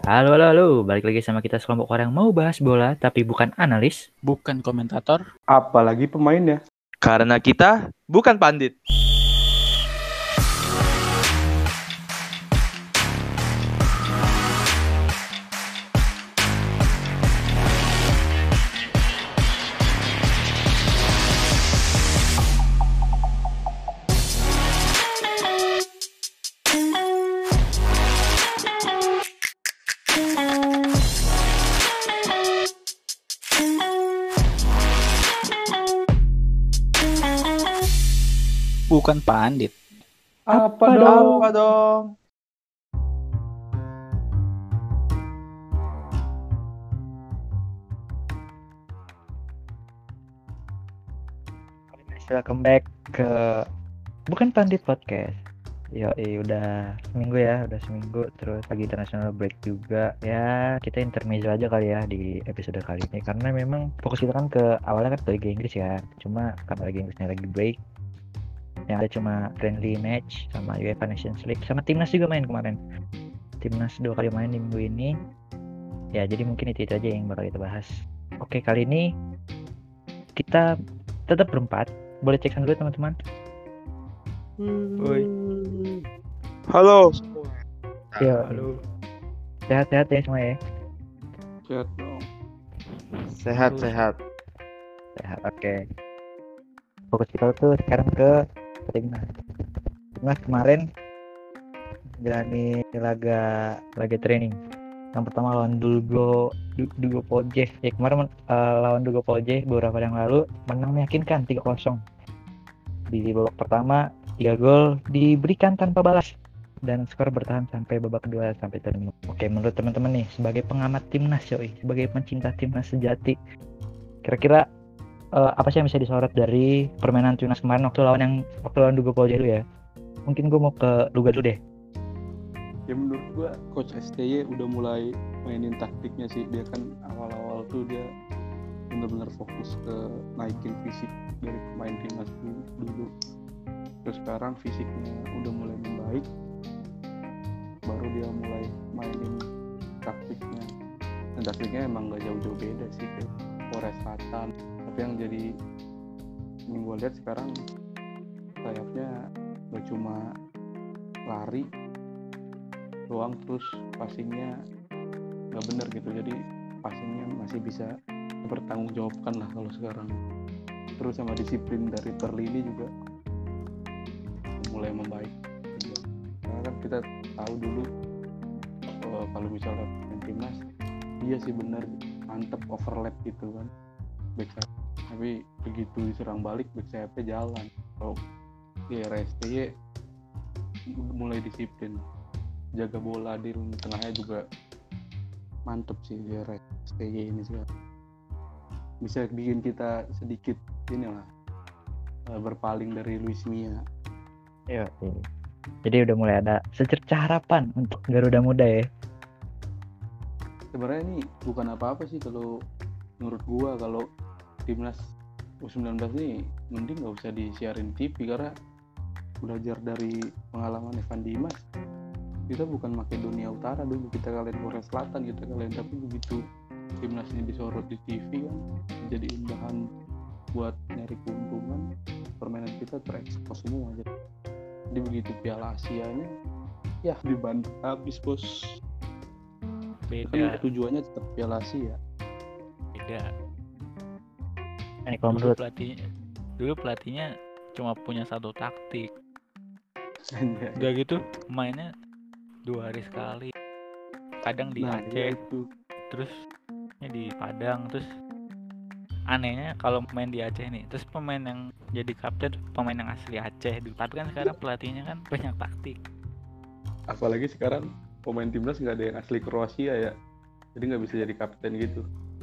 Halo, halo, halo. Balik lagi sama kita sekelompok orang yang mau bahas bola, tapi bukan analis. Bukan komentator. Apalagi pemainnya. Karena kita bukan pandit. Bukan pandit. Apa dong? Apa dong? Welcome back ke Bukan Pandit Podcast. Udah seminggu terus lagi international break juga. Ya, kita intermezzo aja kali ya di episode kali ini karena memang fokus kita kan ke awalnya kan ke Liga Inggris ya. Cuma karena Liga Inggrisnya lagi break, yang ada cuma friendly match sama UEFA Nations League, sama Timnas juga main kemarin. Timnas 2 kali main di minggu ini. Ya, jadi mungkin itu aja yang bakal kita bahas. Oke, kali ini kita tetap berempat. Boleh cek dulu teman-teman. Oi. Halo. Ya, Halo. sehat-sehat ya semua ya. Sehat dong. Sehat. Sehat, oke. Fokus kita tuh sekarang ke Timnas. Timnas kemarin jalani laga training. Yang pertama lawan Dugo Pojeh. Ya kemarin lawan Dugo Pojeh beberapa hari yang lalu menang meyakinkan 3-0. Di babak pertama 3 gol diberikan tanpa balas dan skor bertahan sampai babak kedua sampai terminal. Oke, menurut teman-teman nih sebagai pengamat Timnas sebagai pencinta Timnas sejati, kira-kira apa sih yang bisa disorot dari permainan Timnas kemarin waktu lawan Dugo Pojeh dulu ya? Mungkin gue mau ke Duga dulu deh. Ya menurut gua Coach STY udah mulai mainin taktiknya sih. Dia kan awal-awal tuh dia benar-benar fokus ke naikin fisik dari pemain Timnas dulu. Terus sekarang fisiknya udah mulai membaik, baru dia mulai mainin taktiknya. Dan taktiknya emang gak jauh-jauh beda sih kayak Korea Selatan. Tapi yang gue lihat sekarang sayapnya gak cuma lari doang, terus passingnya gak bener gitu. Jadi passingnya masih bisa dipertanggungjawabkan lah kalau sekarang. Terus sama disiplin dari Perlini juga mulai membaik. Karena kan kita tahu dulu kalau misalnya main Timnas dia sih bener mantep overlap gitu kan back sayap. Tapi begitu diserang balik back sayapnya jalan. Kalau di era STY mulai disiplin, jaga bola di tengahnya juga mantep sih di era STY ini sih. Bisa bikin kita sedikit inilah berpaling dari Luis Mia. Iya. Jadi udah mulai ada secercah harapan untuk Garuda Muda ya. Sebenarnya ini bukan apa-apa sih kalau menurut gua. Kalau Timnas U19 nih mending gak usah disiarin TV karena belajar dari pengalaman Evan Dimas. Kita bukan Makedonia Utara dulu, kita kalian Korea Selatan, kita kalian. Tapi begitu Timnas ini disorot di TV kan jadi bahan buat nyari keuntungan, permainan kita terekspos semua. Jadi begitu Piala Asianya ya dibantu habis bos. Beda. Kan tujuannya tetap Piala Asia. Beda. Ini kalau menurut Dulu pelatihnya cuma punya satu taktik. Anjay. Udah gitu mainnya 2 hari sekali. Kadang di Nah, Aceh, itu. terus di Padang, terus anehnya kalau main di Aceh nih, terus pemain yang jadi kapten pemain yang asli Aceh. Tapi kan sekarang pelatihnya kan banyak taktik. Apalagi sekarang pemain Timnas nggak ada yang asli Kroasia ya, jadi nggak bisa jadi kapten gitu.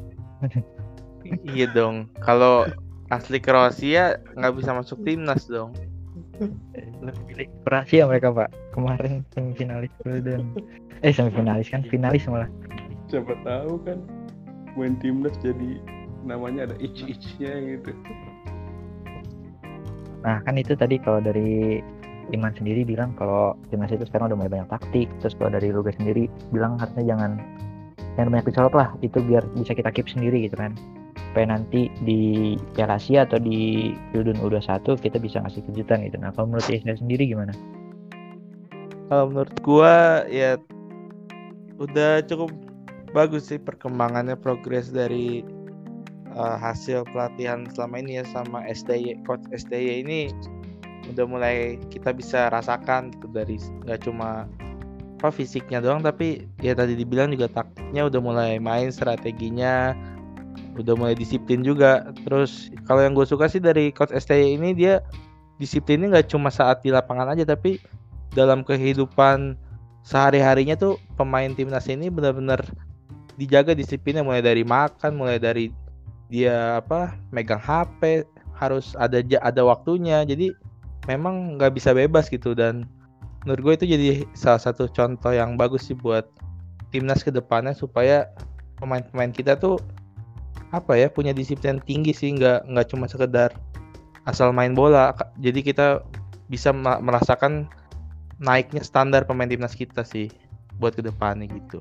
Iya dong. Kalau asli Kroasia nggak bisa masuk Timnas dong. lebih pilih Kroasia mereka Pak. Kemarin semifinalis dan semifinalis kan finalis malah. Siapa tahu kan main Timnas jadi namanya ada ich-ichnya gitu. Nah kan itu tadi kalau dari Iman sendiri bilang kalau timnas itu sekarang udah mulai banyak taktik. Terus kalau dari Lugas sendiri bilang harusnya jangan banyak disorot lah, itu biar bisa kita keep sendiri gitu kan, supaya nanti di Piala Asia atau di Pildun U21 kita bisa ngasih kejutan gitu. Nah kalau menurut Isna sendiri gimana? Kalau menurut gua ya udah cukup bagus sih perkembangannya, progres dari hasil pelatihan selama ini ya sama STY, coach STY ini udah mulai kita bisa rasakan gitu, dari nggak cuma fisiknya doang, tapi ya tadi dibilang juga taktiknya udah mulai main, strateginya udah mulai disiplin juga. Terus kalau yang gue suka sih dari coach STY ini, dia disiplinnya nggak cuma saat di lapangan aja, tapi dalam kehidupan sehari-harinya tuh pemain timnas ini benar-benar dijaga disiplinnya, mulai dari makan, mulai dari dia megang HP harus ada waktunya, jadi memang nggak bisa bebas gitu. Dan menurut gue itu jadi salah satu contoh yang bagus sih buat timnas ke depannya, supaya pemain-pemain kita tuh punya disiplin tinggi sih, nggak cuma sekedar asal main bola. Jadi kita bisa merasakan naiknya standar pemain timnas kita sih buat ke depannya gitu.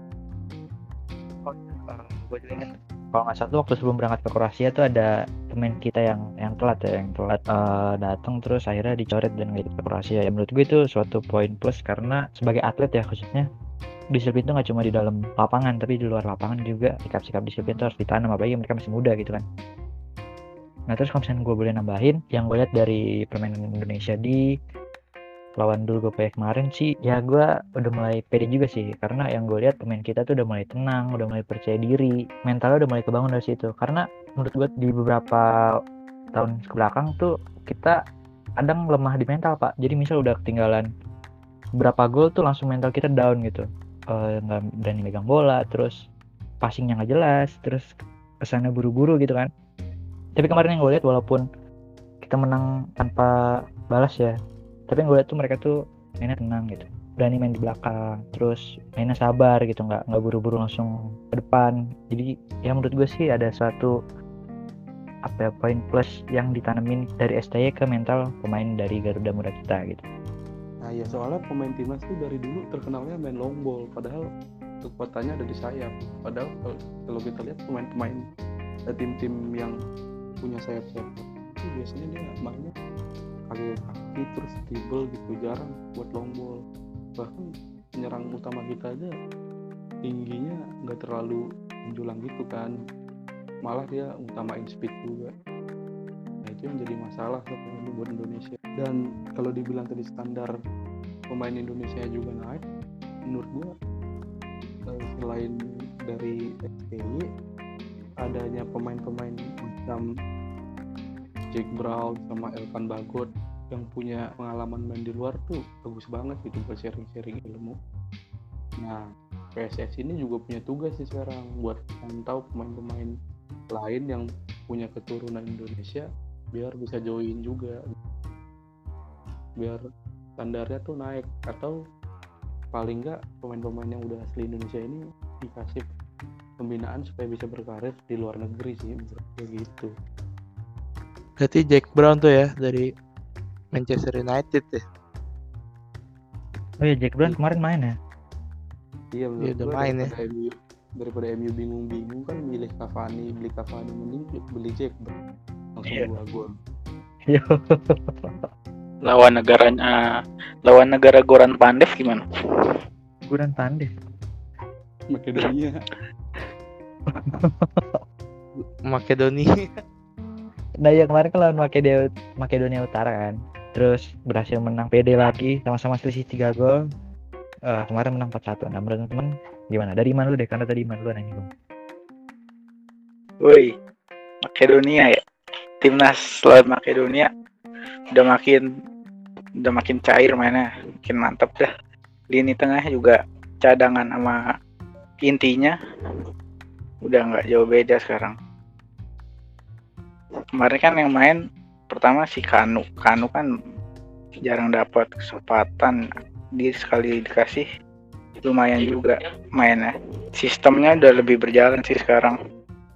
Gue juga ingat kalau nggak salah waktu sebelum berangkat ke Kroasia tuh ada pemain kita yang telat datang terus akhirnya dicoret dan nggak ikut ke Kroasia. Ya menurut gue itu suatu poin plus, karena sebagai atlet ya khususnya, disiplin itu nggak cuma di dalam lapangan tapi di luar lapangan juga. Sikap-sikap disiplin itu harus ditanam, apalagi mereka masih muda gitu kan. Nah terus kalau misalnya gue boleh nambahin, yang gue lihat dari permainan Indonesia di lawan dulu gue kemarin sih, ya gue udah mulai pede juga sih, karena yang gue lihat pemain kita tuh udah mulai tenang, udah mulai percaya diri, mentalnya udah mulai kebangun dari situ. Karena menurut gue di beberapa tahun kebelakang tuh kita kadang lemah di mental pak. Jadi misal udah ketinggalan berapa gol tuh langsung mental kita down gitu, nggak berani megang bola, terus passingnya nggak jelas, terus kesannya buru-buru gitu kan. Tapi kemarin yang gue lihat walaupun kita menang tanpa balas ya, tapi yang gue lihat tuh mereka tuh mainnya tenang gitu, berani main di belakang, terus mainnya sabar gitu, nggak buru-buru langsung ke depan. Jadi ya menurut gue sih ada suatu poin plus yang ditanemin dari STY ke mental pemain dari Garuda Muda kita gitu. Nah ya soalnya pemain timnas tuh dari dulu terkenalnya main long ball, padahal kekuatannya ada di sayap. Padahal kalau kita lihat pemain-pemain tim-tim yang punya sayap-sayap itu biasanya dia mainnya kaki terus dribble gitu, jarang buat long ball. Bahkan penyerang utama kita aja tingginya nggak terlalu menjulang gitu kan, malah dia utamain speed juga. Nah itu yang jadi masalah sebenarnya buat Indonesia. Dan kalau dibilang tadi standar pemain Indonesia juga naik, menurut gua selain dari STY, adanya pemain-pemain macam Jack Brown sama Elkan Bagot yang punya pengalaman main di luar tuh bagus banget gitu buat sharing-sharing ilmu. Nah PSS ini juga punya tugas sih sekarang buat mantau pemain-pemain lain yang punya keturunan Indonesia biar bisa join juga, biar standarnya tuh naik, atau paling nggak pemain-pemain yang udah asli Indonesia ini dikasih pembinaan supaya bisa berkarir di luar negeri sih, kayak gitu. Berarti Jack Brown tuh ya dari Manchester United ya. Oh ya, Jack Brown kemarin main ya? Iya menurut udah gue main ya. Daripada MU bingung-bingung kan milih beli Cavani, mending beli Jack Brown langsung 2 gol. Lawan negara Goran Pandev gimana? Goran Pandev Makedonia. Nah ya kemarin kan lawan Makedonia Utara kan, terus berhasil menang pede lagi, sama-sama selisih 3 gol. Kemarin menang 4-1. Nah menurut teman gimana? Dari Iman lu deh, karena tadi Iman lu nanya dong. Woi, Makedonia ya, timnas lawan Makedonia udah makin cair mainnya, makin mantap dah. Lini tengahnya juga cadangan sama intinya udah nggak jauh beda sekarang. Kemarin kan yang main pertama si Kanu kan jarang dapat kesempatan, dia sekali dikasih lumayan juga mainnya. Sistemnya udah lebih berjalan sih sekarang.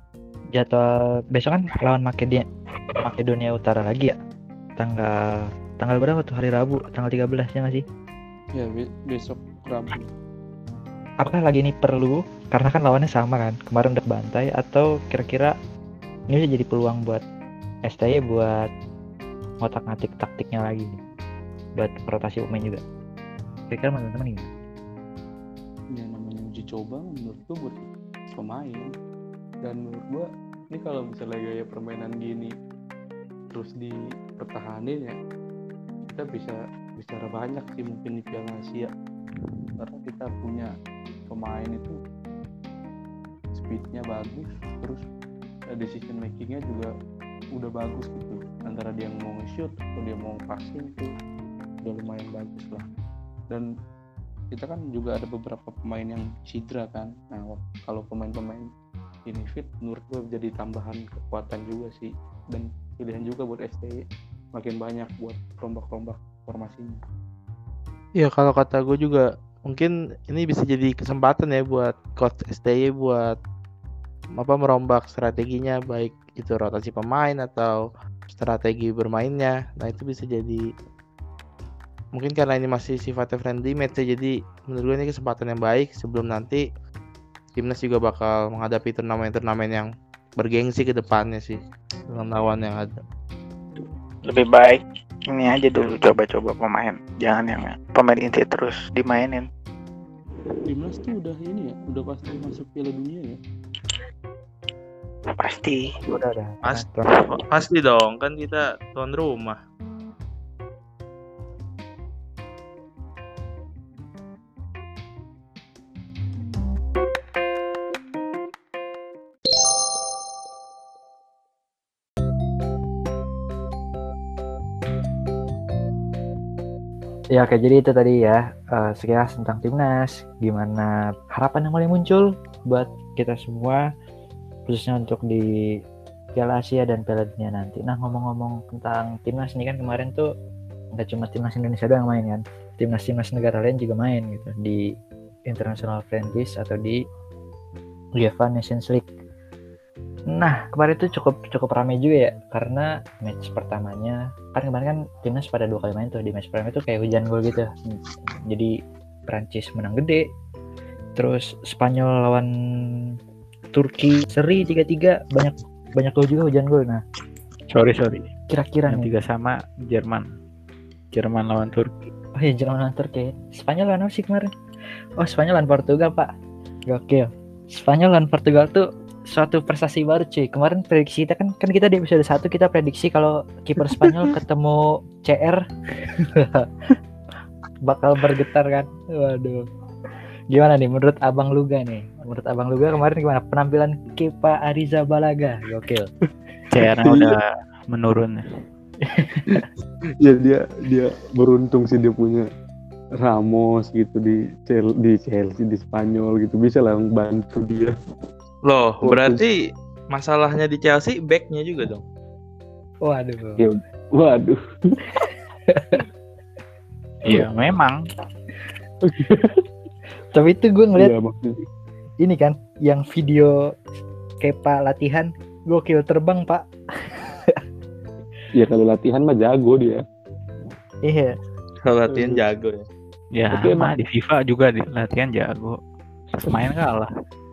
Jadwal besok kan lawan Makedonia Utara lagi ya, tanggal tanggal berapa tuh? Hari Rabu, tanggal 13 ya nggak sih? Ya besok Rabu. Apakah lagi ini perlu? Karena kan lawannya sama kan, kemarin udah bantai, atau kira-kira ini bisa jadi peluang buat STY buat ngotak-ngatik taktiknya lagi, buat rotasi pemain juga. Kira-kira teman-teman gimana? Ya namanya uji coba menurut gua buat pemain. Dan menurut gua ini kalau misalnya gaya permainan gini terus dipertahanin ya, kita bisa bicara banyak sih mungkin di Piala Asia, karena kita punya pemain itu speednya bagus, terus decision makingnya juga udah bagus gitu, antara dia mau nge-shoot atau dia mau passing itu udah lumayan bagus lah. Dan kita kan juga ada beberapa pemain yang cedera kan, nah kalau pemain-pemain ini fit menurut gue jadi tambahan kekuatan juga sih, dan pilihan juga buat STY makin banyak buat rombak-rombak formasinya. Ya kalau kata gue juga mungkin ini bisa jadi kesempatan ya buat coach STY buat merombak strateginya, baik itu rotasi pemain atau strategi bermainnya. Nah itu bisa jadi, mungkin karena ini masih sifatnya friendly match ya, jadi menurut gue ini kesempatan yang baik sebelum nanti timnas juga bakal menghadapi turnamen-turnamen yang bergengsi ke depannya sih dengan lawan yang ada. Lebih baik ini aja dulu, coba-coba pemain, jangan yang pemain inti terus dimainin. Timnas tuh udah ini ya, udah pasti masuk Piala Dunia ya. Pasti. Udah. Pasti dong, kan kita tuan rumah. Ya oke, jadi itu tadi ya sekilas tentang timnas, gimana harapan yang mulai muncul buat kita semua, khususnya untuk di Piala Asia dan Piala Dunia nanti. Nah ngomong-ngomong tentang timnas ini kan, kemarin tuh nggak cuma timnas Indonesia doang main kan, timnas negara lain juga main gitu di International Friendlies atau di UEFA Nations League. Nah kemarin itu cukup ramai juga ya, karena match pertamanya kan kemarin kan timnas pada 2 kali main tuh. Di match pertama itu kayak hujan gol gitu, jadi Prancis menang gede, terus Spanyol lawan Turki seri 3-3, banyak gol juga, hujan gol. Nah Sorry. kira-kira Yang nih, 3 sama Jerman lawan Turki. oh iya Jerman lawan Turki, Spanyol lawan apa sih kemarin? Oh Spanyol lawan Portugal pak, gokil. Spanyol lawan Portugal tuh suatu prestasi baru cuy. Kemarin prediksi kita kan kita di episode 1 kita prediksi kalau kiper Spanyol ketemu CR bakal bergetar kan. Waduh. Gimana nih menurut Abang Luga nih? Menurut Abang Luga kemarin gimana penampilan Kepa Arrizabalaga? Gokil. CR-nya udah menurun. Ya dia beruntung sih, dia punya Ramos gitu di Chelsea, di Spanyol gitu, bisa lah bantu dia. Loh, berarti masalahnya di Chelsea back-nya juga dong. Waduh. Ya, waduh. Iya memang. Tapi itu gue ngeliat Iya, maksudnya. ini kan yang video Kepa latihan, gokil, terbang pak. Ya kalau latihan mah jago dia. Iya. Kalau latihan jago ya. Ya Tapi sama di FIFA juga di latihan jago. Pas main kalah.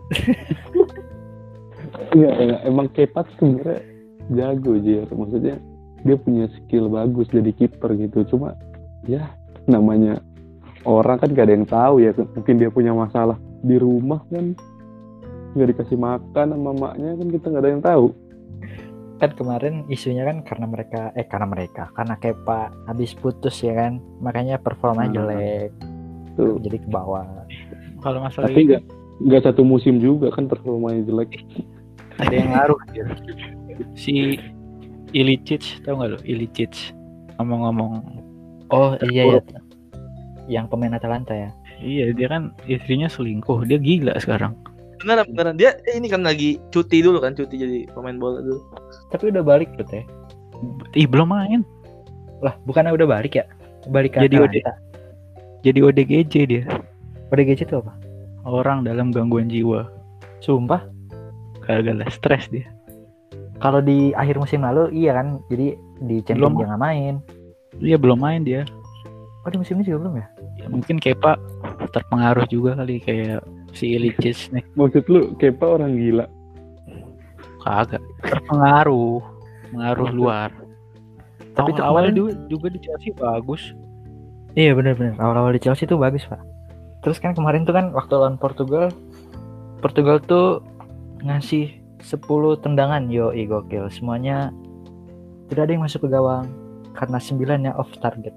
Iya, emang Kepa sebenarnya jago aja, maksudnya dia punya skill bagus jadi kiper gitu. Cuma ya namanya orang kan gak ada yang tahu ya, mungkin dia punya masalah di rumah kan, nggak dikasih makan sama maknya kan, kita nggak ada yang tahu. Kan kemarin isunya kan karena Kepa habis putus ya kan, makanya performanya jelek, Tuh. jadi ke bawah. Kalau masalah Tapi itu nggak satu musim juga kan performanya jelek. ada yang ngaruh gitu. Si Ilicic, tau nggak lo Ilicic? Ngomong-ngomong, Oh iya ya, yang pemain Atalanta ya. iya dia kan istrinya selingkuh, dia gila sekarang. Beneran dia ini kan lagi cuti jadi pemain bola dulu. Tapi udah balik tuh teh. Ih belum main. Lah bukannya udah balik ya? Balik ke Jadi Atalanta. Jadi ODGJ dia. ODGJ itu apa? Orang dalam gangguan jiwa. Sumpah. Gara-gara stres dia. Kalau di akhir musim lalu iya kan, jadi di Champions Belum. dia nggak main. Dia belum main dia. Oh di musim ini juga belum ya? Ya, mungkin Kepa terpengaruh juga kali kayak si Ilicic nih. Maksud lu Kepa orang gila? Kagak. Terpengaruh. Pengaruh luar. Tapi itu awal kemarin- juga di Chelsea bagus. Iya benar-benar. Awal-awal di Chelsea tuh bagus Pak. Terus kan kemarin tuh kan waktu lawan Portugal tuh ngasih 10 tendangan, yoi gokil. Semuanya tidak ada yang masuk ke gawang karena 9-nya off target.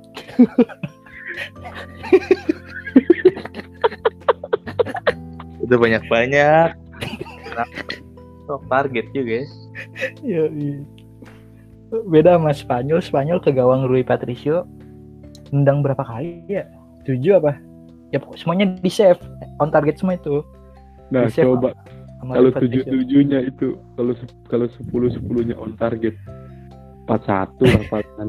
Udah banyak-banyak. Target juga ya. Yoi. Beda sama Spanyol ke gawang Rui Patricio nendang berapa kali ya? 7 apa? Ya semuanya di save, on target semua itu. Nah Di save coba sama kalau Rui Patricio. 7-7-nya itu kalau 10-10-nya on target 4-1 lah palingan.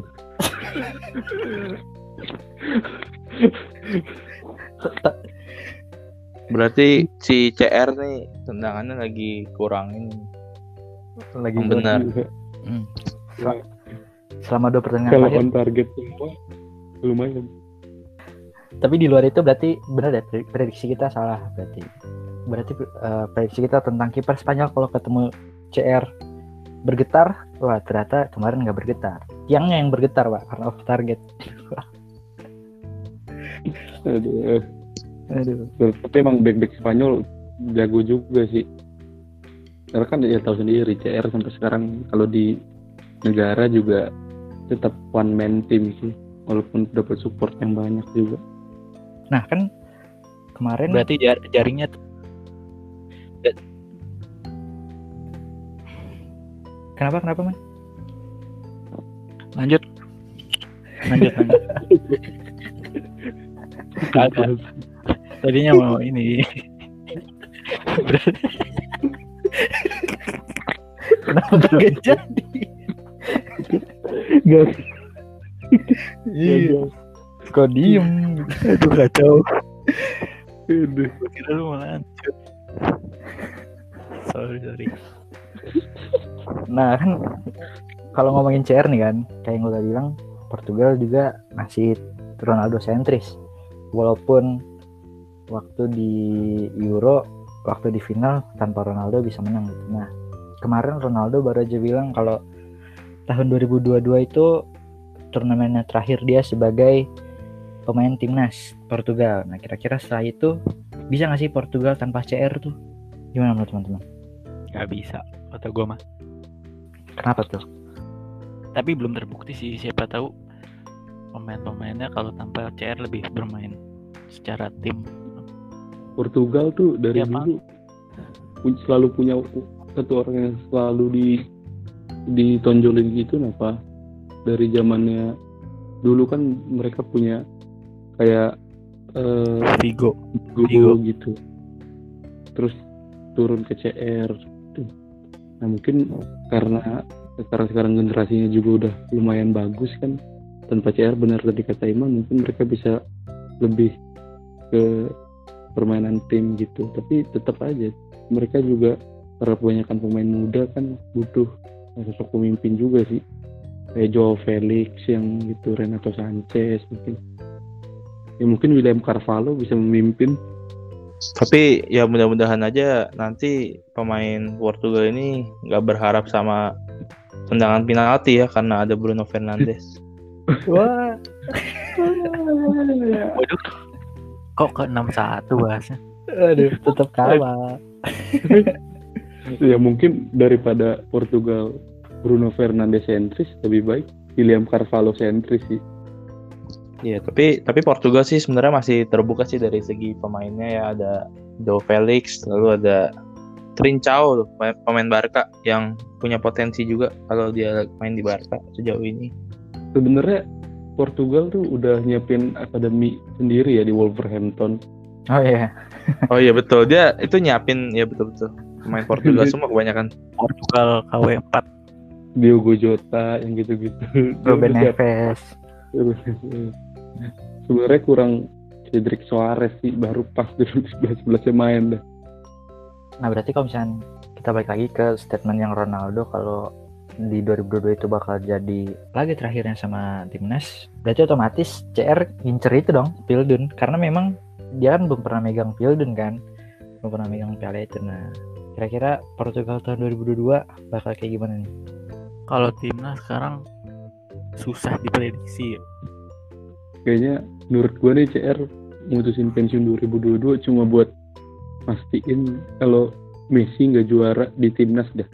Berarti si CR nih tendangannya lagi kurangin. Lagi Yang benar. Hmm. selama 2 pertandingan Kalau terakhir. on target semua lumayan. Tapi di luar itu berarti benar ya, prediksi kita salah berarti. Berarti prediksi kita tentang kiper Spanyol kalau ketemu CR bergetar, wah ternyata kemarin nggak bergetar. Tiangnya yang bergetar Pak karena off target. Aduh. Aduh. Tapi emang back Spanyol jago juga sih. Karena kan ya tahu sendiri CR sampai sekarang kalau di negara juga tetap one man team sih, walaupun dapat support yang banyak juga. Nah kan kemarin Berarti jaringnya kenapa man? lanjut. Kagak. Tadinya mau ini. Kenapa gak jadi? Gak. Iya. Kok diem? Aduh kacau. Aduh. Kira lu mau lanjut. Sorry. Nah kan kalau ngomongin CR nih kan, kayak yang udah bilang Portugal juga masih Ronaldo sentris. Walaupun waktu di Euro, waktu di final tanpa Ronaldo bisa menang gitu. Nah kemarin Ronaldo baru aja bilang kalau tahun 2022 itu turnamennya terakhir dia sebagai pemain timnas Portugal. Nah kira-kira setelah itu bisa nggak sih Portugal tanpa CR tuh? Gimana menurut teman-teman? Gak bisa kata gue mah. Kenapa tuh? Tapi belum terbukti sih, siapa tahu pemain-pemainnya kalau tanpa CR lebih bermain secara tim. Portugal tuh dari Ya, dulu selalu punya satu orang yang selalu ditonjolin gitu. Kenapa? Dari zamannya dulu kan mereka punya kayak Vigo. Vigo gitu, terus turun ke CR tuh. Nah mungkin karena sekarang generasinya juga udah lumayan bagus kan, tanpa CR benar tadi kata Iman, mungkin mereka bisa lebih ke permainan tim gitu. Tapi tetap aja mereka juga karena kebanyakan pemain muda kan butuh sosok pemimpin juga sih, kayak Joao Felix yang gitu, Renato Sanchez mungkin William Carvalho bisa memimpin. Tapi ya mudah-mudahan aja nanti pemain Portugal ini nggak berharap sama tendangan penalti ya, karena ada Bruno Fernandes. Wah. Waduh. Kok ke 6-1 bahasnya? Aduh, tetap kalah. Ya mungkin daripada Portugal Bruno Fernandes sentris, lebih baik William Carvalho sentris sih. Ya, tapi Portugal sih sebenarnya masih terbuka sih dari segi pemainnya ya. Ada Joao Felix, lalu ada Trincao, pemain Barca yang punya potensi juga kalau dia main di Barca sejauh ini. Sebenarnya Portugal tuh udah nyiapin akademi sendiri ya di Wolverhampton. Oh iya. Oh iya betul, dia itu nyiapin ya betul pemain Portugal semua kebanyakan. Portugal KW4. Diogo Jota yang gitu-gitu. Ruben Dia udah Neves. siap. Sebenarnya kurang Cedric Soares sih, baru pas dulu 11-11 main dah. Nah berarti kalau misalnya kita balik lagi ke statement yang Ronaldo kalau di 2022 itu bakal jadi laga terakhirnya sama timnas, berarti otomatis CR ngincer itu dong Pildun, karena memang dia kan belum pernah megang Pildun kan, belum pernah megang piala itu. Nah, kira-kira Portugal tahun 2022 bakal kayak gimana nih? Kalau timnas sekarang susah diprediksi ya. Kayaknya menurut gue nih CR mutusin pensiun 2022 cuma buat mastiin kalau Messi nggak juara di timnas dah.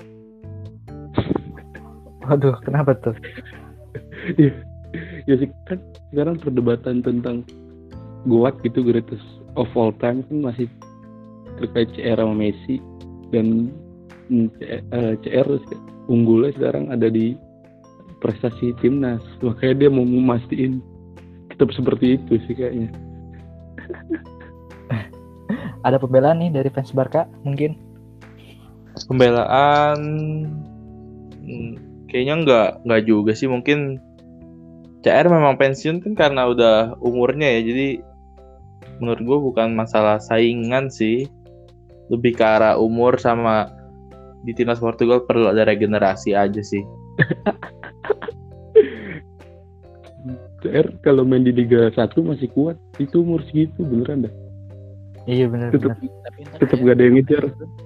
Waduh, kenapa tuh? Ya sih kan sekarang perdebatan tentang GOAT gitu, greatest of all time kan masih terkait CR sama Messi, dan CR unggulnya sekarang ada di prestasi timnas, makanya dia mau memastikan tetap seperti itu sih kayaknya. Ada pembelaan nih dari fans Barca mungkin? Pembelaan kayaknya nggak juga sih. Mungkin CR memang pensiun kan karena udah umurnya ya, jadi menurut gue bukan masalah saingan sih, lebih ke arah umur sama di timnas Portugal perlu ada regenerasi aja sih. CR kalau main di Liga 1 masih kuat, itu umur segitu beneran dah. Iya benar. Tetap gak ada yang ngejar.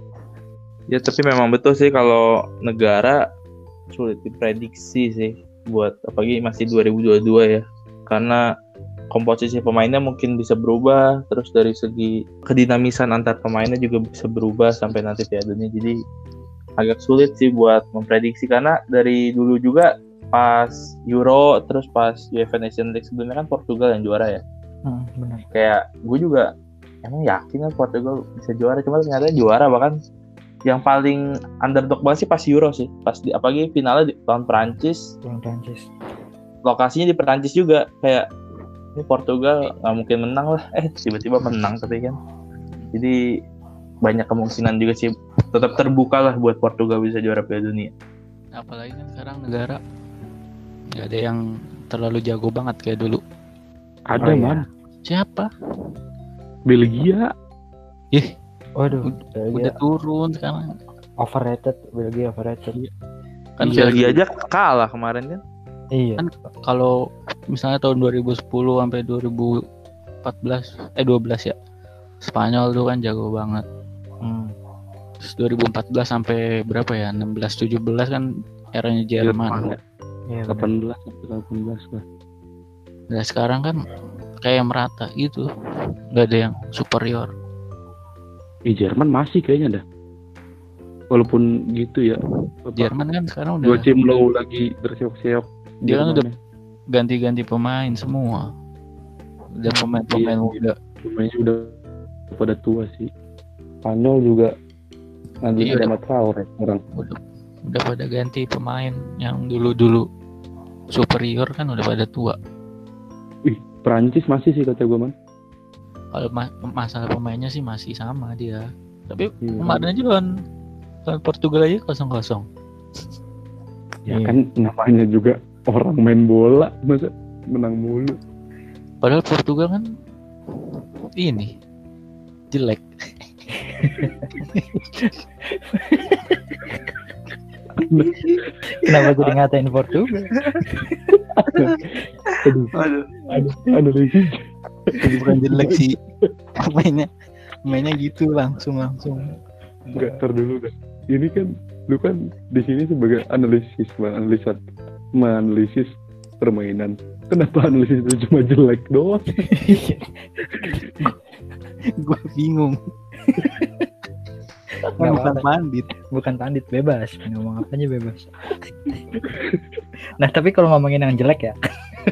Ya tapi memang betul sih kalau negara sulit diprediksi sih, buat apalagi masih 2022 ya, karena komposisi pemainnya mungkin bisa berubah, terus dari segi kedinamisan antar pemainnya juga bisa berubah sampai nanti Piala Dunia. Jadi agak sulit sih buat memprediksi, karena dari dulu juga pas Euro terus pas UEFA Nations League sebelumnya kan Portugal yang juara ya. Benar. Kayak gue juga emang yakin kan Portugal bisa juara, cuma ternyata juara. Bahkan yang paling underdog banget sih pas Euro sih, pas apalagi finalnya di lawan Prancis. Lokasinya di Prancis juga, kayak ini Portugal nggak mungkin menang lah, tiba-tiba menang. Tapi kan jadi banyak kemungkinan juga sih, tetap terbuka lah buat Portugal bisa juara Piala Dunia. Apalagi kan sekarang negara nggak ada yang terlalu jago banget kayak dulu. Ada man. Siapa? Belgia. Waduh, Udah turun sekarang. overrated, Belgia overrated. Kan Belgia aja kalah kemarin kan. Iya. Kan kalau misalnya tahun 2010 sampai 2014 12 ya, Spanyol tuh kan jago banget. Terus 2014 sampai berapa ya, 16 17 kan eranya Jerman. Iya, 18 lah. Nah sekarang kan kayak merata gitu, nggak ada yang superior. Jerman masih kayaknya dah. Walaupun gitu ya. Jerman kan sekarang Dua udah tim low lagi bersiok-siok. dia kan udah ganti-ganti pemain semua. Udah pemain-pemain muda. Pemainnya udah pada tua sih. Spanyol juga nanti Iya, sama Traore orang. Udah pada ganti pemain yang dulu superior kan udah pada tua. Perancis masih sih kata gue man. Kalau masalah pemainnya sih masih sama dia. Tapi Iya. kemarin aja lawan Portugal aja 0-0. Ya kan namanya juga orang main bola, masa menang mulu. Padahal Portugal kan ini jelek. Kenapa jadi ngatain Portugal? Aduh lagi. Bukan jelek sih. Mainnya gitu langsung. Enggak, tar dulu dah. Ini kan lu kan di sini sebagai analisis permainan. Kenapa analisis itu cuma jelek doang? Gue bingung. Bukan pandit, bebas ngomong apa aja bebas. Nah tapi kalau ngomongin yang jelek ya,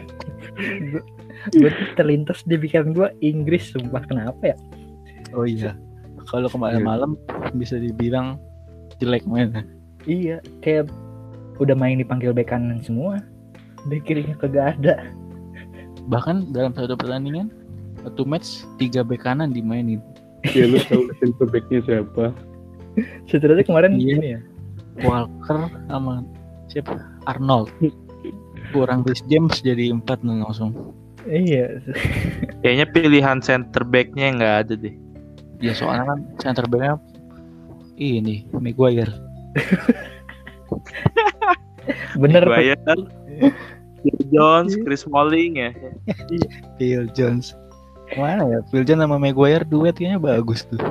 gue terlintas di pikiran gue Inggris, sumpah kenapa ya? Oh iya, kalau kemarin malam bisa dibilang jelek mainnya. Iya, kayak udah main dipanggil bek kanan semua, bek kirinya kagak ada. Bahkan dalam satu pertandingan, satu match 3 bek kanan dimainin. Ya lu tahu center back-nya siapa? Seterusnya kemarin Iya. ini ya, Walker sama siapa? Arnold. Kurang Chris James jadi 4 langsung. iya. Kayaknya pilihan center back-nya nggak ada deh. Ya soalnya kan center back-nya ini Maguire. Bener. Maguire, Phil Jones, Chris Smalling ya. Phil Jones. Mana ya? Phil Jones sama Maguire duet kayaknya bagus tuh.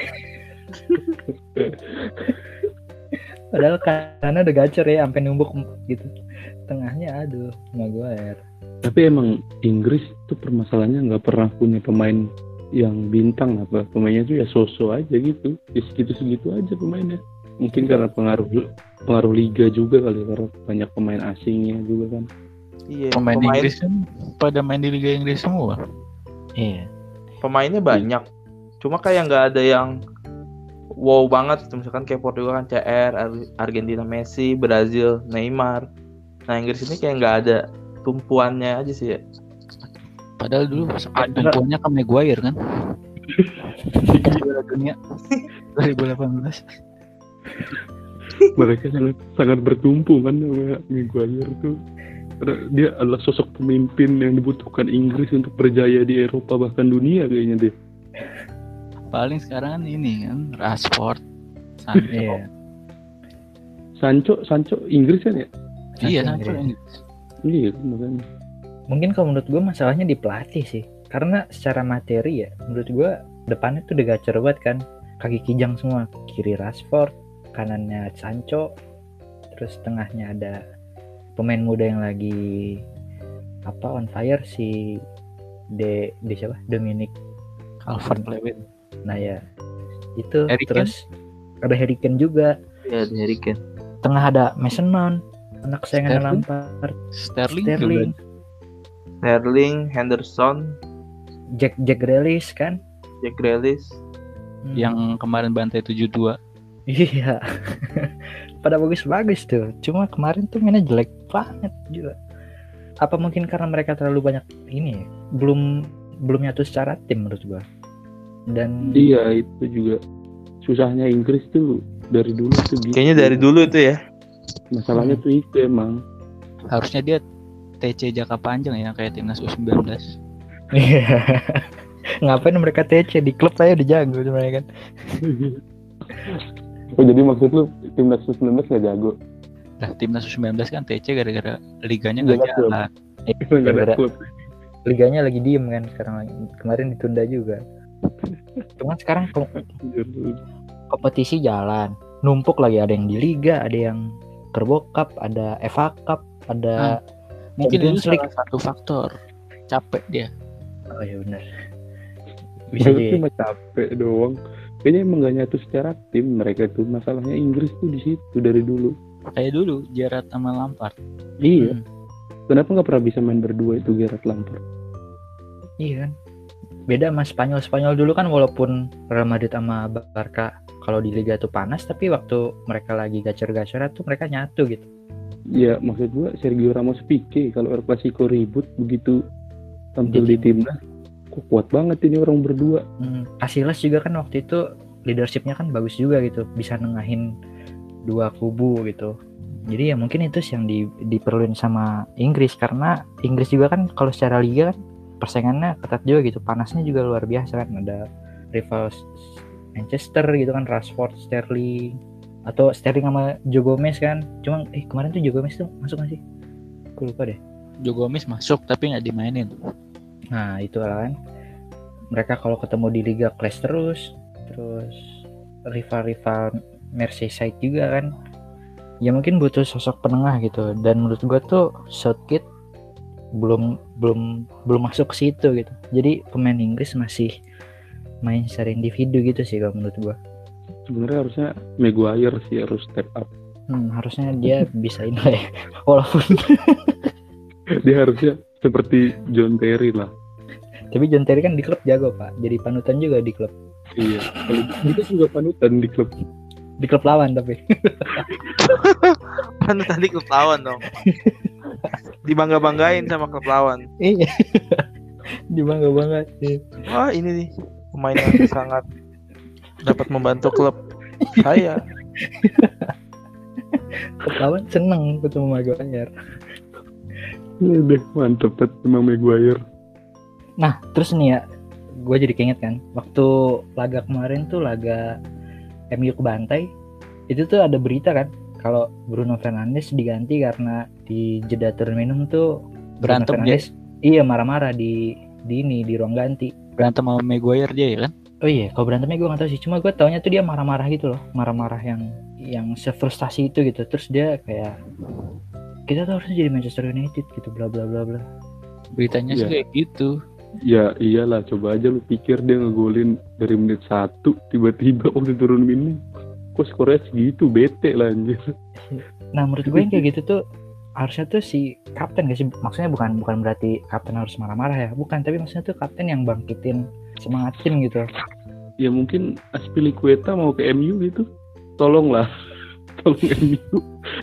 Padahal karena udah gacor ya, sampai numbuk gitu. Tengahnya aduh, Maguire. Tapi emang Inggris tuh permasalahannya nggak pernah punya pemain yang bintang apa. Pemainnya tuh ya so-so aja gitu. Ya segitu-segitu aja pemainnya. Mungkin karena pengaruh liga juga kali, karena banyak pemain asingnya juga kan. Iya. Pemain Inggris kan pada main di Liga Inggris semua. Iya. Pemainnya banyak. Cuma kayak nggak ada yang wow banget. Misalkan kayak Portugal kan CR, Argentina Messi, Brazil Neymar. Nah Inggris ini kayak nggak ada tumpuannya aja sih ya. Padahal dulu sempat tumpuannya ke Maguire kan. Juara dunia 2018. Mereka sangat bertumpu kan sama Maguire tuh. Karena dia adalah sosok pemimpin yang dibutuhkan Inggris untuk berjaya di Eropa bahkan dunia kayaknya dia. Paling sekarang kan ini kan Rashford, Iya. Sancho Inggris kan ya? Iya, Sancho Sancho Inggris. Iya makanya. Mungkin kalau menurut gue masalahnya di pelatih sih. Karena secara materi ya, menurut gue depannya tuh udah gacor banget kan. Kaki kijang semua. Kiri Rashford, kanannya Sancho, terus tengahnya ada pemain muda yang lagi on fire si siapa? Dominic Calvert-Lewin. Nah ya itu. Harry Kane? Terus ada Harry Kane juga. Iya di Harry Kane. Tengah ada Mason Mount, anak kesayangan Sterling? Lampard. Sterling. Sterling, Henderson, Jack Grealish kan. Jack Grealish. Yang kemarin bantai 7-2. Iya. Pada bagus-bagus tuh. Cuma kemarin tuh mainnya jelek banget juga. Apa mungkin karena mereka terlalu banyak ini ya? Belum nyatu secara tim menurut gua. Dan Iya itu juga susahnya Inggris tuh dari dulu tuh gitu. Kayaknya dari dulu tuh ya. Masalahnya tuh itu emang. Harusnya dia TC jangka panjang ya kayak timnas U19. Iya. Ngapain mereka TC di klub aja udah jago sebenarnya kan. Oh jadi maksud lu timnas U19 nggak jago? Nah, timnas U19 kan TC gara-gara liganya nggak Nggak klub. jalan. Nggak ada gara- klub. Liganya lagi diem kan sekarang. Kemarin ditunda juga. Cuman sekarang kompetisi jalan. Numpuk lagi, ada yang di Liga, ada yang Carabao Cup, ada FA Cup, ada Mungkin itu Champions League. salah satu faktor. Capek dia. Oh iya benar. Bisa Mereka jadi. cuma capek doang. Kayaknya emang gak nyatu secara tim mereka tuh. Masalahnya Inggris tuh di situ dari dulu. Kayak dulu Gerrard sama Lampard. Iya. Kenapa nggak pernah bisa main berdua itu Gerrard Lampard? Iya kan. Beda sama Spanyol dulu kan, walaupun Real Madrid sama Barca kalau di Liga tuh panas, tapi waktu mereka lagi gacor-gacoran tuh mereka nyatu gitu. Ya maksud gua Sergio Ramos Pique kalau El Clasico ribut begitu tampil di timnas, kok kuat banget ini orang berdua. Casillas juga kan waktu itu leadershipnya kan bagus juga gitu, bisa nengahin dua kubu gitu. Jadi ya mungkin itu yang diperluin sama Inggris, karena Inggris juga kan kalau secara liga kan persaingannya ketat juga gitu, panasnya juga luar biasa kan, ada rival Manchester gitu kan, Rashford, Sterling, atau Sterling sama Joe Gomez kan. Cuma kemarin tuh Joe Gomez tuh masuk nggak sih? Aku lupa deh. Joe Gomez masuk tapi nggak dimainin. Nah itu kan, mereka kalau ketemu di Liga clash terus rival Merseyside juga kan. Ya mungkin butuh sosok penengah gitu, dan menurut gua tuh Southgate belum masuk ke situ gitu. Jadi pemain Inggris masih main secara individu gitu sih kalau menurut gua. Sebenarnya harusnya Maguire sih harus step up. Harusnya dia bisa ini lah ya. Walaupun Dia harusnya seperti John Terry lah. tapi John Terry kan di klub jago pak, jadi panutan juga di klub. Iya. Kalau dia juga panutan di klub. Di klub lawan tapi. Panutan di klub lawan dong. Dibangga-banggain sama klub lawan. Iya. Dibangga banget. Wah ini nih pemain yang sangat dapat membantu klub saya. Klub lawan seneng ketemu Maguire. Udah mantep banget emang Maguire. Nah terus nih ya, gue jadi keinget kan waktu laga kemarin tuh, laga MU ke Bantai itu tuh ada berita kan kalau Bruno Fernandes diganti karena di jeda turun minum tuh Berantem Bruno Fernandes, iya marah-marah di ruang ganti. berantem sama Maguire dia ya kan. Oh iya, kalau berantemnya gue nggak tahu sih. Cuma gue taunya tuh dia marah-marah gitu loh, marah-marah yang sefrustasi itu gitu. Terus dia kayak kita tuh harusnya jadi Manchester United gitu, bla bla bla bla. Beritanya sih Iya. kayak gitu. Ya iyalah, coba aja lu pikir dia ngegolin dari menit 1 tiba-tiba waktu turun minum. Kok skornya segitu, bete lah anjir. Nah menurut gue yang kayak gitu tuh harusnya tuh si kapten gak sih? Maksudnya bukan berarti kapten harus marah-marah ya, bukan. Tapi maksudnya tuh kapten yang bangkitin semangat tim gitu. Ya mungkin Azpilicueta mau ke MU gitu. Tolonglah. Tolong MU.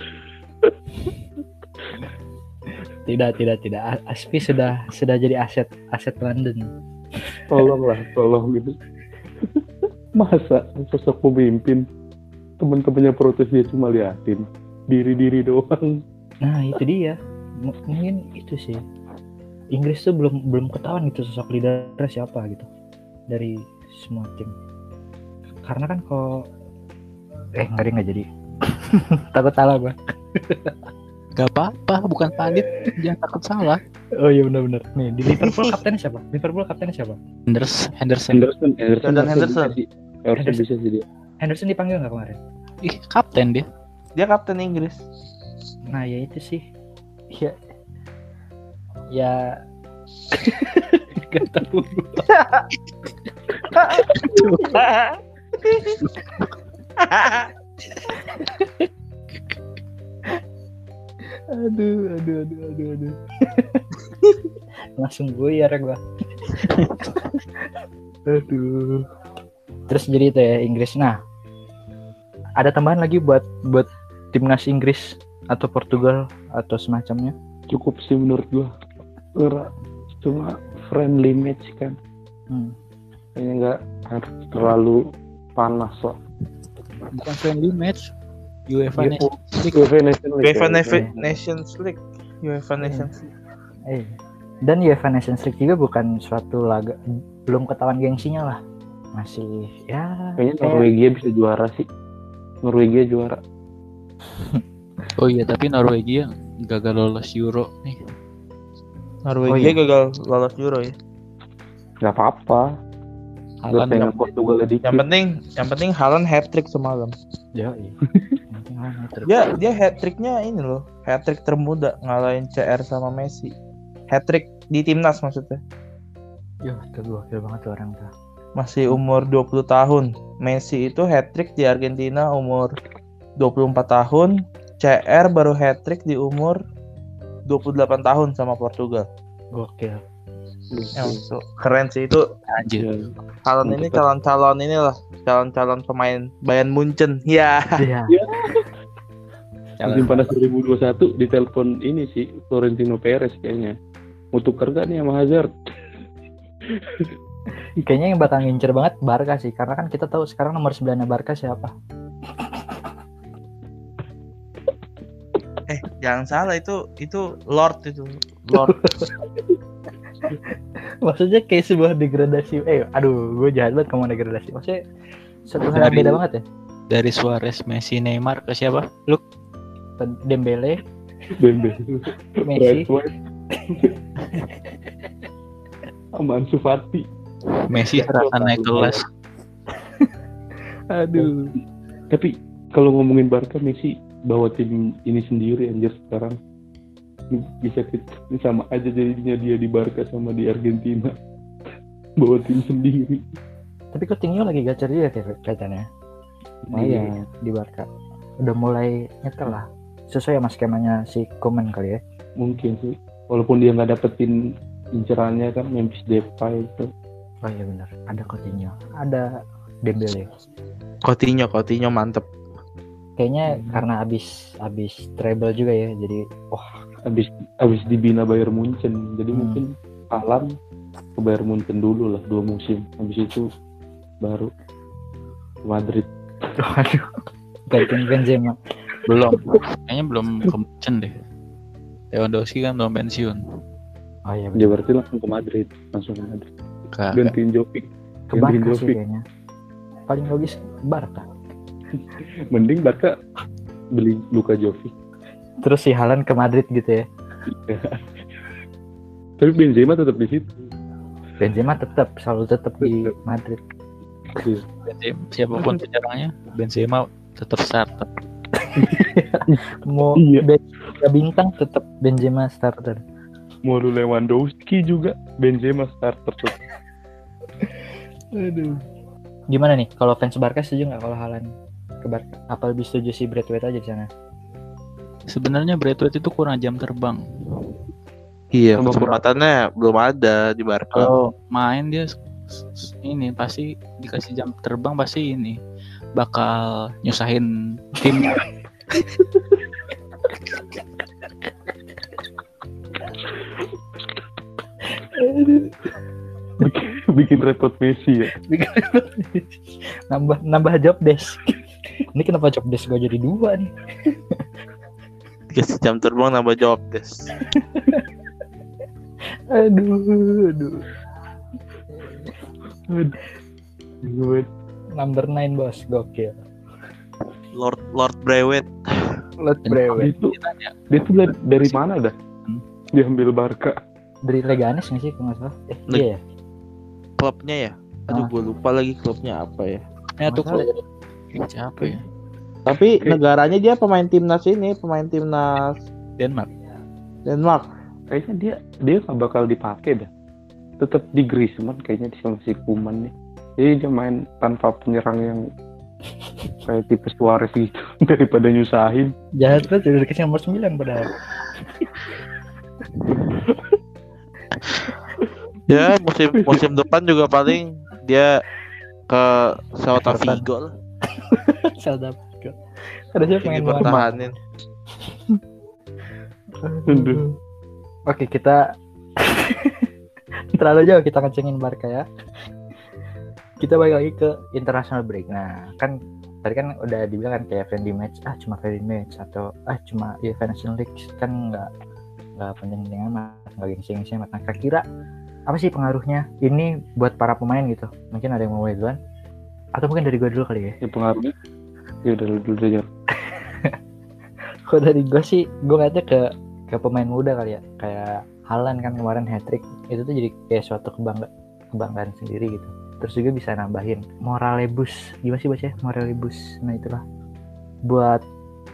Tidak. Aspi sudah jadi aset London. Tolong gitu. Masa sosok pemimpin teman-temannya protes dia cuma liatin diri doang. Nah itu dia. Mungkin itu sih. Inggris tuh belum ketahuan gitu sosok leadernya siapa gitu dari semua tim. Karena kan kalau nggak jadi. Takut salah gue. Gak apa-apa, bukan Pandit, jangan takut salah. Oh iya benar. Nih di Liverpool kaptennya siapa? Henderson. Jordan Henderson. Harusnya bisa sih dia. Henderson dipanggil nggak kemarin? Ih, kapten dia. Dia kapten Inggris. Nah ya itu sih. Ya gak tahu. Aduh. Langsung buyar gua. Aduh. Terus jadi itu ya Inggris. Nah, ada tambahan lagi buat timnas Inggris atau Portugal atau semacamnya? Cukup sih menurut gua. Cuma friendly match kan. Kayaknya nggak harus terlalu panas lah. Bukan friendly match. UEFA Nations League. UEFA Nations League. Dan UEFA Nations League juga bukan suatu laga, belum ketahuan gengsinya lah. Masih ya. Kayaknya Norwegia bisa juara sih. Norwegia juara. Oh iya, tapi Norwegia gagal lolos Euro nih. Norwegia gagal lolos Euro ya. Gak apa-apa. Gue pengen Portugal dikit. Yang penting Haaland hat-trick semalam. Ya, Dia hat-tricknya ini loh, hat-trick termuda ngalahin CR sama Messi. Hat-trick di timnas maksudnya. Yo, gokil banget tuh orang tuh. Masih umur 20 tahun. Messi itu hat-trick di Argentina umur 24 tahun. CR baru hat-trick di umur 28 tahun sama Portugal. Gokil. Keren sih itu. Anjir. Haaland ini calon pemain Bayern Munchen. Ya. Iya. Musim panas 2021 ditelepon ini sih Florentino Perez kayaknya. Mau tuker gak nih sama Hazard? Kayaknya yang bakal ngincer banget Barca sih, karena kan kita tahu sekarang nomor 9-nya Barca siapa. Jangan salah itu Lord itu. Lord. Maksudnya kayak sebuah degradasi. Gue jahat banget ngomong degradasi. Maksudnya satu hal yang beda banget ya. Dari Suarez, Messi, Neymar ke siapa? Dembele, Messi. Messi, Ansu Fati. Messi serasa naik kelas. Aduh. Tapi kalau ngomongin Barca, Messi bawa tim ini sendiri anjir sekarang. Bisa sama aja jadinya dia di Barca sama di Argentina. Bawa tim sendiri. Tapi Coutinho lagi gacor juga kelihatannya. Iya, di Barca. Udah mulai nyetel lah. Sesuai sama skemanya si Koeman kali ya. Mungkin sih. Walaupun dia nggak dapetin incerannya kan Memphis Depay itu. Oh iya benar. Ada Coutinho, ada Dembele. Coutinho mantep. Kayaknya karena abis treble juga ya. Jadi Abis dibina Bayern Munchen, jadi mungkin Haaland ke Bayern Munchen dulu lah 2 musim, habis itu baru ke Madrid. Waduh, gantiin Benzema. Kayaknya belum ke Munchen deh. Lewandowski kan belum pensiun. Oh iya Dia benar. berarti langsung ke Madrid. Kagak. Gantiin Jovic. Ke Barca sih kayaknya. Paling logis Barca. Mending Barca beli Luka Jovic. Terus si Haaland ke Madrid gitu ya. Tapi Benzema tetap di situ. Benzema selalu tetap di Madrid. Iya. Siapapun penyerangnya, Benzema tetap starter. Mau Iya. bintang tetap Benzema starter. Mau lu Lewandowski juga Benzema starter tuh. Aduh. Gimana nih kalau fans Barca setuju nggak kalau Haaland ke Barca? Apa lebih setuju si Braithwaite aja di sana? Sebenarnya Braithwaite itu kurang jam terbang. Iya, Sama kesempatannya belum ada di Barca. Kalau main dia ini pasti dikasih jam terbang, pasti ini bakal nyusahin tim. bikin repot Messi ya. nambah job desk. Ini kenapa job desk gak jadi 2 nih? Dikasih jam terbang nambah job desk. Aduh. Gue Number 9 bos, gokil. Lord Braithwaite. Let's Braithwaite. dia tuh dari mana dah? Diambil Barca. Dari Leganes nggak sih kalau nggak salah? Iya ya. Klubnya ya? Aduh, gue lupa lagi klubnya apa ya. Ya tuh Masalah klub siapa ya? Tapi Oke. negaranya dia pemain timnas Denmark. Denmark. Kayaknya dia nggak bakal dipakai dah. Tetap di Griezmann kayaknya di si Koeman nih. Jadi dia main tanpa penyerang yang kayak tipe Suarez gitu daripada nyusahin. Jahat banget udah dikasih nomor 9 padahal. Ya musim depan juga paling dia ke Celta Vigo lah. Salah dapat. Ada siapa Ingin pengen banget. pertahanin. Aduh. Oke, kita terlalu jauh kita ngecengin Barca ya. Kita balik lagi ke international break. Nah, kan tadi kan udah dibilang kan kayak friendly match, cuma friendly match atau cuma ya National League kan nggak penting-penting amat, nggak gengsi-gengsi amat. Nah, kira-kira apa sih pengaruhnya ini buat para pemain gitu? Mungkin ada yang mau mulai duluan? Atau mungkin dari gue dulu kali ya? Ya pengaruhnya. Ya udah dulu aja. Kalau dari gue sih, gue ngeliatnya ke pemain muda kali ya. Kayak Haaland kan kemarin hat-trick, itu tuh jadi kayak suatu kebanggaan sendiri gitu. Terus juga bisa nambahin moralibus, gimana sih bacanya? Moralibus, nah itulah buat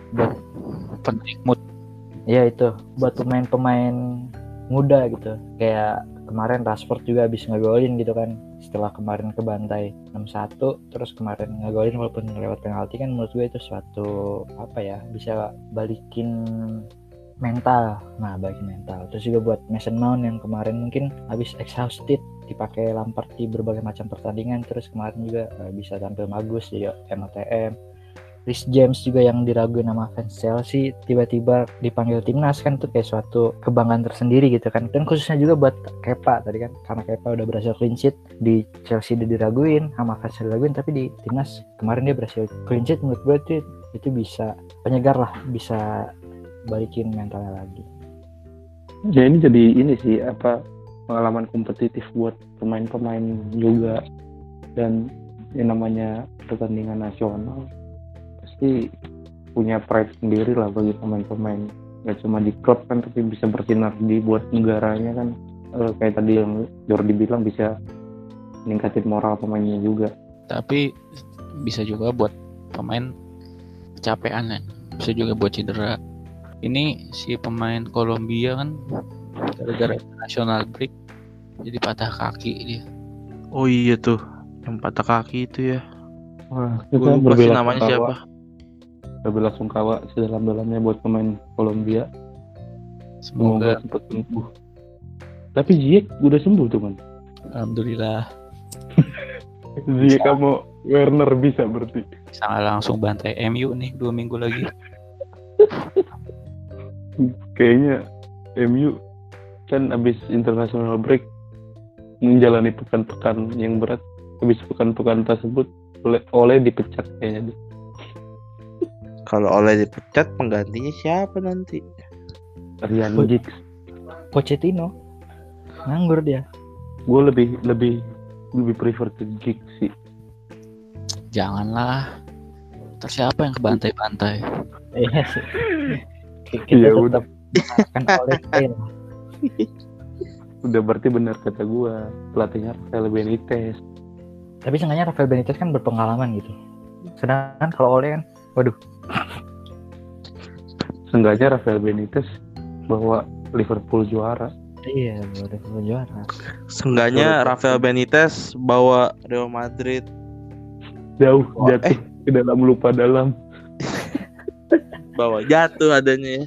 Penaik mood. ya itu buat pemain-pemain muda gitu. Kayak kemarin Rashford juga habis ngegolin gitu kan, setelah kemarin kebantai 6-1, terus kemarin ngegolin walaupun lewat penalti kan, menurut gue itu suatu apa ya, bisa balikin mental. Terus juga buat Mason Mount yang kemarin mungkin habis exhausted dipakai Lampard di berbagai macam pertandingan, terus kemarin juga bisa tampil bagus jadi MOTM. Reece James juga yang diraguin sama fans Chelsea tiba-tiba dipanggil timnas kan, itu kayak suatu kebanggaan tersendiri gitu kan. Dan khususnya juga buat Kepa tadi kan, karena Kepa udah berhasil clean sheet di Chelsea, udah diraguin sama fans diraguin, tapi di timnas kemarin dia berhasil clean sheet. Menurut gue itu bisa penyegar lah, bisa balikin mentalnya lagi. Ya ini jadi ini sih pengalaman kompetitif buat pemain-pemain juga, dan yang namanya pertandingan nasional pasti punya pride sendiri lah bagi pemain-pemain, nggak cuma di klub kan, tapi bisa bersinar di buat negaranya kan. Kayak tadi yang Jordi bilang, bisa meningkatin moral pemainnya juga. Tapi bisa juga buat pemain kecapean ya, bisa juga buat cedera. Ini si pemain Kolombia kan gara-gara national break jadi patah kaki dia. Oh iya tuh, yang patah kaki itu ya. Wah, Gue lupa sih namanya siapa. Berbela-sungkawa sedalam-dalamnya buat pemain Kolombia. Semoga Semoga cepat sembuh. Tapi Ziyech udah sembuh tuh kan? alhamdulillah Ziyech kamu Werner bisa berarti. bisa langsung bantai MU nih 2 minggu lagi. Kayaknya MU kan abis international break menjalani pekan-pekan yang berat. Habis pekan-pekan tersebut oleh dipecat kayaknya. Kalau Oleh dipecat, penggantinya siapa nanti? Ryan Giggs. Pochettino nganggur dia. Gue lebih prefer ke Giggs sih. Janganlah. Terus siapa yang ke pantai-pantai? Iya sih. Kita Iya, tetap akan oleh Spain. Udah berarti benar kata gua, pelatihnya Rafael Benitez. Tapi seenggaknya Rafael Benitez kan berpengalaman gitu. Sedangkan kalau Ole kan, waduh, Seenggaknya Rafael Benitez bawa Liverpool juara. iya udah juara. Seenggaknya Rafael Benitez bawa Real Madrid Jauh jatuh ke dalam lupa dalam. bawa jatuh adanya ya.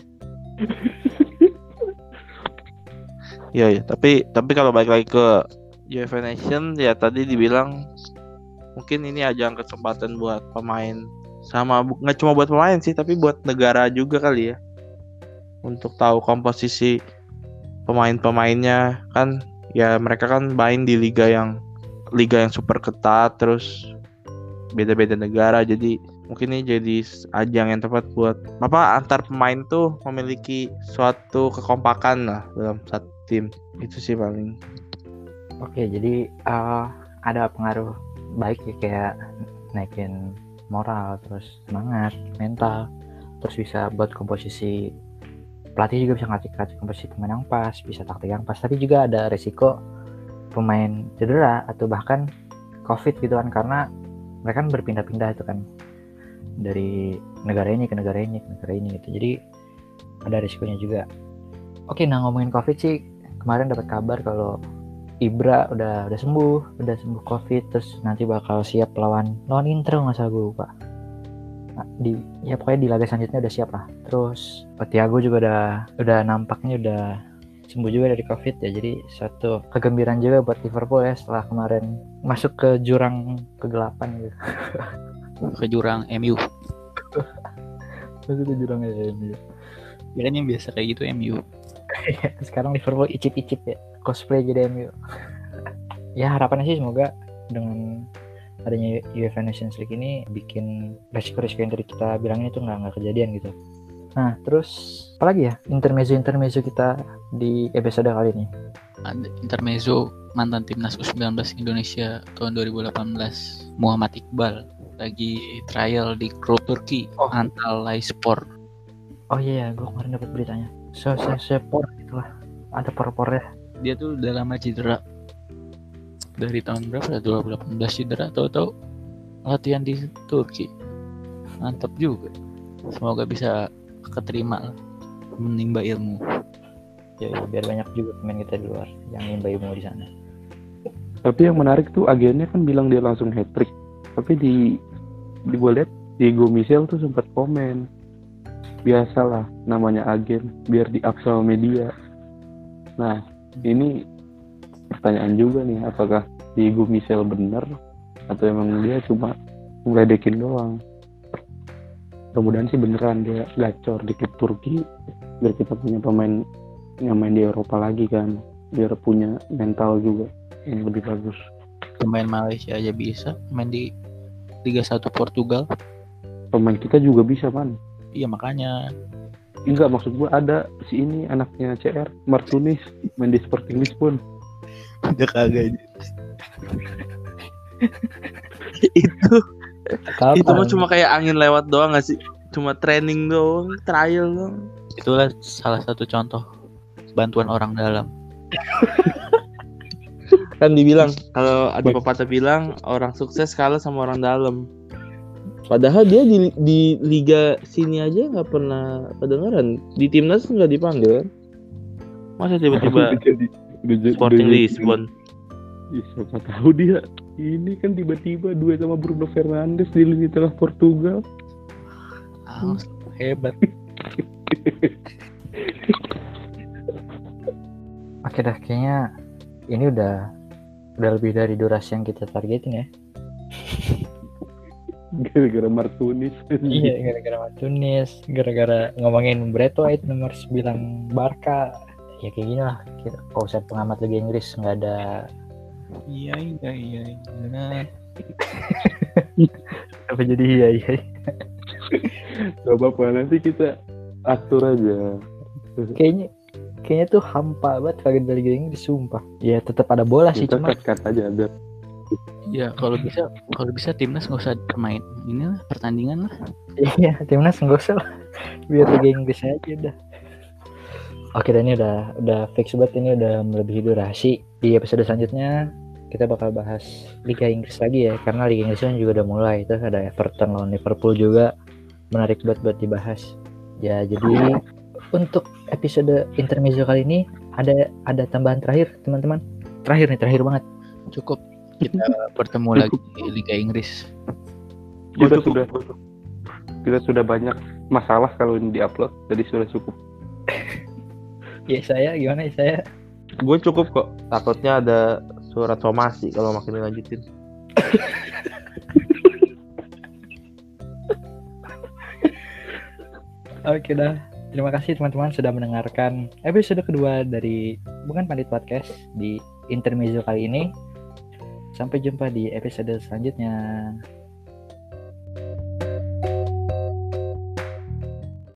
Iya, tapi kalau balik lagi ke UEFA Nation ya tadi dibilang mungkin ini ajang kesempatan buat pemain sama nggak cuma buat pemain sih tapi buat negara juga kali ya untuk tahu komposisi pemain-pemainnya kan ya mereka kan main di liga yang super ketat terus beda-beda negara jadi mungkin ini jadi ajang yang tepat buat antar pemain tuh memiliki suatu kekompakan lah dalam satu tim itu sih paling. Oke, jadi ada pengaruh baik ya kayak naikin moral, terus semangat, mental, terus bisa buat komposisi pelatih juga bisa ngasih komposisi pemain yang pas, bisa taktik yang pas. Tapi juga ada resiko pemain cedera atau bahkan COVID gitu kan karena mereka kan berpindah-pindah itu kan dari negara ini ke negara ini gitu. Jadi ada risikonya juga. Oke, nah ngomongin COVID sih kemarin dapat kabar kalau Ibra udah sembuh COVID terus nanti bakal siap lawan Inter nggak salah gue lupa. Nah, pokoknya di laga selanjutnya udah siap lah. Terus Thiago juga udah nampaknya udah sembuh juga dari COVID ya. Jadi suatu kegembiraan juga buat Liverpool ya setelah kemarin masuk ke jurang kegelapan gitu. Ke jurang MU. Masuk ke jurang MU. Ya kan yang biasa kayak gitu MU. Sekarang Liverpool icip-icip ya cosplay jadi MU. Ya harapannya sih semoga dengan adanya UEFA Nations League ini bikin resiko-resiko yang tadi kita bilangin itu nggak kejadian gitu. Nah terus apa lagi ya intermezzo kita di episode kali ini? Ada intermezzo mantan timnas U19 Indonesia tahun 2018 Muhammad Iqbal lagi trial di klub Turki Antalyaspor. Oh iya, gue kemarin dapat beritanya. Sepor itulah, ada por-pornya. Dia tuh udah lama cedera. Dari tahun berapa? 2018 cedera, tahu-tahu latihan di Turki. Mantap juga. Semoga bisa keterima lah, menimba ilmu. Ya, biar banyak juga pemain kita di luar yang menimba ilmu di sana. Tapi yang menarik tuh agennya kan bilang dia langsung hat-trick. Tapi di gue lihat Diego Michel tuh sempat komen. Biasalah namanya agen biar di-up sama media. Nah ini pertanyaan juga nih, apakah Diego Michel bener atau emang dia cuma ngeledekin doang. Mudah-mudahan sih beneran dia gacor di klub Turki biar kita punya pemain yang main di Eropa lagi kan, biar punya mental juga yang lebih bagus. Pemain Malaysia aja bisa main di Liga 1 Portugal. Pemain kita juga bisa man. Iya makanya. Enggak, maksud gue ada si ini anaknya CR Martunis main di Sporting Lisbon. Udah kagak itu mah cuma kayak angin lewat doang gak sih? Cuma training doang, trial doang. Itulah salah satu contoh bantuan orang dalam. Kan dibilang kalau ada pepatah bilang orang sukses kalah sama orang dalam. Padahal dia di liga sini aja nggak pernah kedengeran, di timnas nggak dipanggil kan? Masa tiba-tiba Sporting Lisbon? Siapa tahu dia ini kan tiba-tiba duet sama Bruno Fernandes di lini tengah Portugal. Hebat. Oke dah, kayaknya ini udah lebih dari durasi yang kita targetin ya. Gara-gara Martunis. Iya, gara-gara Martunis, gara-gara ngomongin Braithwaite nomor 9 Barca. Ya kayak gini lah, kalau usah pengamat Liga Inggris nggak ada. Iya. Apa jadi iya. Gak apa-apa, nanti kita atur aja. Kayaknya tuh hampa banget kagak dari Liga Inggris, sumpah. Ya tetap ada bola sih, Kita cuma cut aja biar Ya kalau bisa timnas nggak usah main ini lah, pertandingan lah. Iya, timnas nggak usah lah. Biar Liga Inggris aja udah. Oke, dan ini udah fix banget, ini udah melebihi durasi. Di episode selanjutnya kita bakal bahas Liga Inggris lagi ya, karena Liga Inggris kan juga udah mulai. Terus ada Everton lawan Liverpool juga menarik buat dibahas. Ya, jadi untuk episode intermezzo kali ini ada tambahan terakhir, teman-teman. Terakhir banget. Cukup kita bertemu lagi di Liga Inggris. Kita sudah banyak masalah kalau ini diupload, jadi sudah cukup. Ya saya gimana ya saya? Gue cukup kok. Takutnya ada surat somasi kalau makin dilanjutin. Oke dah. Terima kasih teman-teman sudah mendengarkan episode kedua dari Bukan Pandit Podcast di intermezzo kali ini. Sampai jumpa di episode selanjutnya.